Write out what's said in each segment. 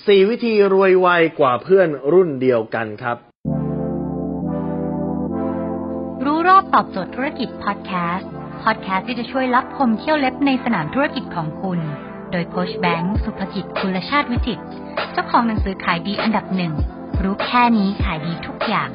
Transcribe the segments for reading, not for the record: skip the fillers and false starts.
4 วิธีรวยไวกว่าเพื่อนรุ่นเดียวกันครับรู้รอบตอบโจทย์ธุรกิจพอดแคสต์ที่จะช่วยลับคมเที่ยวเล็บในสนามธุรกิจของคุณโดยโค้ชแบงค์สุภกิจกุลชาติวิจิตรเจ้าของหนังสือขายดีอันดับ1รู้แค่นี้ขายดีทุกอย่าง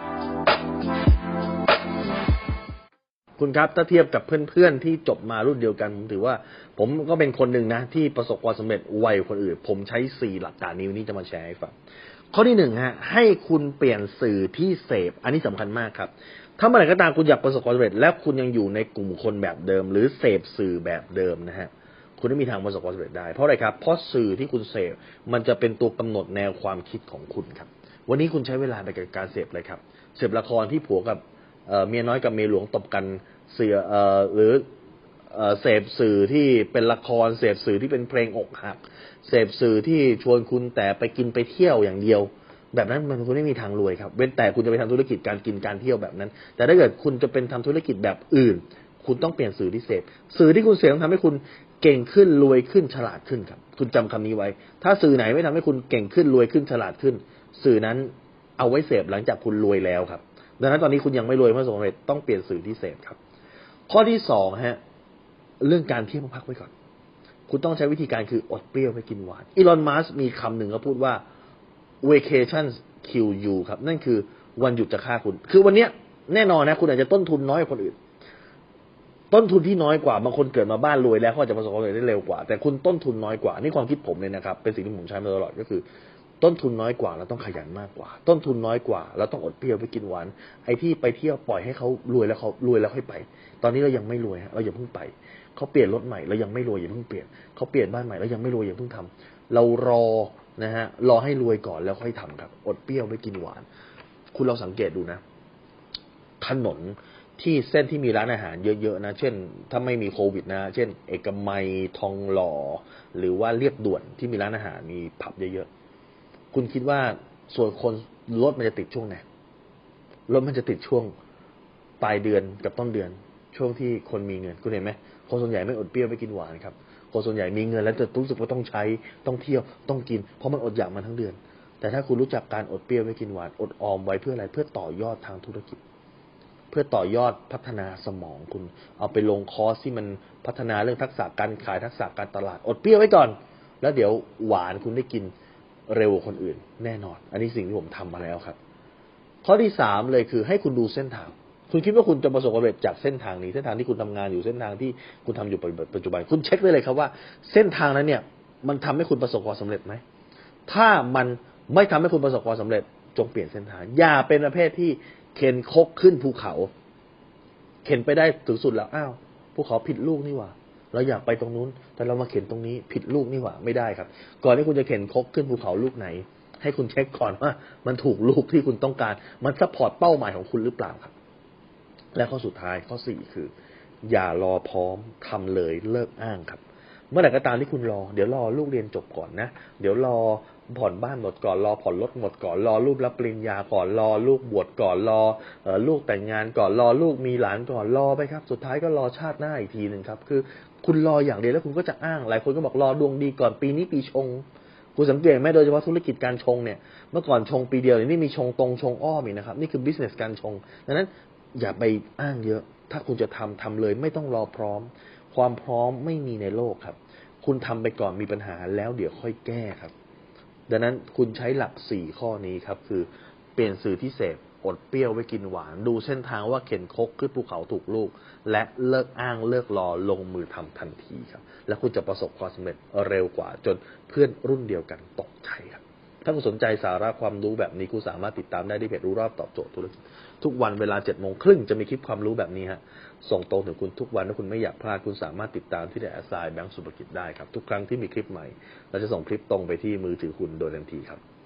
คุณครับถ้าเทียบกับเพื่อนๆที่จบมารุ่นเดียวกันผมถือว่าผมก็เป็นคนหนึ่งนะที่ประสบความสำเร็จไวกว่าคนอื่นผมใช้4หลักการนี้วันนี้จะมาแชร์ให้ฟังข้อที่1ฮะให้คุณเปลี่ยนสื่อที่เสพอันนี้สำคัญมากครับถ้าเมื่อไหร่ก็ตามคุณอยากประสบความสำเร็จและคุณยังอยู่ในกลุ่มคนแบบเดิมหรือเสพสื่อแบบเดิมนะฮะคุณไม่มีทางประสบความสำเร็จได้เพราะอะไรครับเพราะสื่อที่คุณเสพมันจะเป็นตัวกำหนดแนวความคิดของคุณครับวันนี้คุณใช้เวลาไปกับการเสพอะไรครับเสพละครที่ผัวกับเมียน้อยกับเมียหลวงตบกันหรือเสพสื่อที่เป็นละครเสพสื่อที่เป็นเพลงอกหักเสพสื่อที่ชวนคุณแต่ไปกินไปเที่ยวอย่างเดียวแบบนั้นมันคุณไม่มีทางรวยครับเว้นแต่คุณจะไปทำธุรกิจการกินการเที่ยวแบบนั้นแต่ถ้าเกิดคุณจะเป็นทำธุรกิจแบบอื่นคุณต้องเปลี่ยนสื่อที่เสพสื่อที่คุณเสพต้องทำให้คุณเก่งขึ้นรวยขึ้นฉลาดขึ้นครับคุณจำคำนี้ไว้ถ้าสื่อไหนไม่ทำให้คุณเก่งขึ้นรวยขึ้นฉลาดขึ้นสื่อนั้นเอาไว้เสพหลังจากคุณรวยแล้วครับดังนั้นตอนนี้คุณยังไม่รวยเพราะสำเร็จต้องเปลี่ยนสื่อที่เสพครับข้อที่2ฮะเรื่องการเที่ยวพักไว้ก่อนคุณต้องใช้วิธีการคืออดเปรี้ยวไม่กินหวานอีลอน มัสก์มีคำหนึ่งเขาพูดว่า vacation kill you ครับนั่นคือวันหยุดจะฆ่าคุณคือวันนี้แน่นอนนะคุณอาจจะต้นทุนน้อยกว่าคนอื่นต้นทุนที่น้อยกว่าบางคนเกิดมาบ้านรวยแล้วเขาจะประสบความสำเร็จได้เร็วกว่าแต่คุณต้นทุนน้อยกว่านี่ความคิดผมเลยนะครับเป็นสิ่งที่ผมใช้มาตลอดก็คือต้นทุนน้อยกว่าเราต้องขยันมากกว่าต้นทุนน้อยกว่าเราต้องอดเปรี้ยวไปกินหวานไอ้ที่ไปเที่ยวปล่อยให้เขารวยแล้วค่อยไปตอนนี้เรายังไม่รวยฮะเราอย่าเพิ่งไปเขาเปลี่ยนรถใหม่เรายังไม่รวยอย่าเพิ่งเปลี่ยนเขาเปลี่ยนบ้านใหม่เรายังไม่รวยอย่าเพิ่งทำเรารอนะฮะรอให้รวยก่อนแล้วค่อยทำครับอดเปรี้ยวไม่กินหวานคุณเราสังเกตดูนะถนนที่เส้นที่มีร้านอาหารเยอะๆนะเช่นถ้าไม่มีโควิดนะเช่นเอกมัยทองหล่อหรือว่าเรียบด่วนที่มีร้านอาหารมีผับเยอะๆคุณคิดว่าส่วนคนรถมันจะติดช่วงไหนรถมันจะติดช่วงปลายเดือนกับต้นเดือนช่วงที่คนมีเงินคุณเห็นไหมคนส่วนใหญ่ไม่อดเปรี้ยวไม่กินหวานครับคนส่วนใหญ่มีเงินแล้วจะรู้สึกว่าต้องใช้ต้องเที่ยวต้องกินเพราะมันอดอยากมาทั้งเดือนแต่ถ้าคุณรู้จักการอดเปรี้ยวไม่กินหวานอดออมไว้เพื่ออะไรเพื่อต่อยอดทางธุรกิจเพื่อต่อยอดพัฒนาสมองคุณเอาไปลงคอร์สที่มันพัฒนาเรื่องทักษะการขายทักษะการตลาดอดเปรี้ยวไว้ก่อนแล้วเดี๋ยวหวานคุณได้กินเร็วกว่าคนอื่นแน่นอนอันนี้สิ่งที่ผมทำมาแล้วครับข้อที่3เลยคือให้คุณดูเส้นทางคุณคิดว่าคุณจะประสบความสำเร็จจากเส้นทางนี้เส้นทางที่คุณทำงานอยู่เส้นทางที่คุณทำอยู่ปัจจุบันคุณเช็คได้เลยครับว่าเส้นทางนั้นเนี่ยมันทำให้คุณประสบความสำเร็จไหมถ้ามันไม่ทำให้คุณประสบความสำเร็จจงเปลี่ยนเส้นทางอย่าเป็นประเภทที่เข็นคกขึ้นภูเขาเข็นไปได้ถึงสุดแล้วอ้าวภูเขาผิดลูกนี่หว่าเราอยากไปตรงนู้นแต่เรามาเข็นตรงนี้ผิดลูกนี่หว่าไม่ได้ครับก่อนที่คุณจะเข็นคกขึ้นภูเขาลูกไหนให้คุณเช็คก่อนว่ามันถูกลูกที่คุณต้องการมันซัพพอร์ตเป้าหมายของคุณหรือเปล่าครับและข้อสุดท้ายข้อ4คืออย่ารอพร้อมทำเลยเลิกอ้างครับเมื่อไหร่ก็ตามที่คุณรอเดี๋ยวรอลูกเรียนจบก่อนนะเดี๋ยวรอผ่อนบ้านหมดก่อนรอผ่อนรถหมดก่อนรอลูกรับปริญญาก่อนรอลูกบวชก่อนรอลูกแต่งงานก่อนรอลูกมีหลานก่อนรอไปครับสุดท้ายก็รอชาติหน้าอีกทีนึงครับคือคุณรออย่างเดียวแล้วคุณก็จะอ้างหลายคนก็บอกรอดวงดีก่อนปีนี้ปีชงคุณสังเกตไหมโดยเฉพาะธุรกิจการชงเนี่ยเมื่อก่อนชงปีเดียวนี่มีชงตรงชงอ้อมอีกนะครับนี่คือ business การชงดังนั้นอย่าไปอ้างเยอะถ้าคุณจะทำเลยไม่ต้องรอพร้อมความพร้อมไม่มีในโลกครับคุณทำไปก่อนมีปัญหาแล้วเดี๋ยวค่อยแก้ครับดังนั้นคุณใช้หลัก4ข้อนี้ครับคือเปลี่ยนสื่อที่เสพอดเปรี้ยวไว้กินหวานดูเส้นทางว่าเข็นคกขึ้นภูเขาถูกลูกและเลิกอ้างเลิกรอลงมือทำทันทีครับและคุณจะประสบความสำเร็จเร็วกว่าจนเพื่อนรุ่นเดียวกันตกใจครับถ้าคุณสนใจสาระความรู้แบบนี้คุณสามารถติดตามได้ที่เพจรู้รอบตอบโจทย์ธุรกิจทุกวันเวลา 7:30 นจะมีคลิปความรู้แบบนี้ฮะส่งตรงถึงคุณทุกวันถ้าคุณไม่อยากพลาดคุณสามารถติดตามที่@แบงค์สุภกิจได้ครับทุกครั้งที่มีคลิปใหม่เราจะส่งคลิปตรงไปที่มือถือคุณโดยทันทีครับ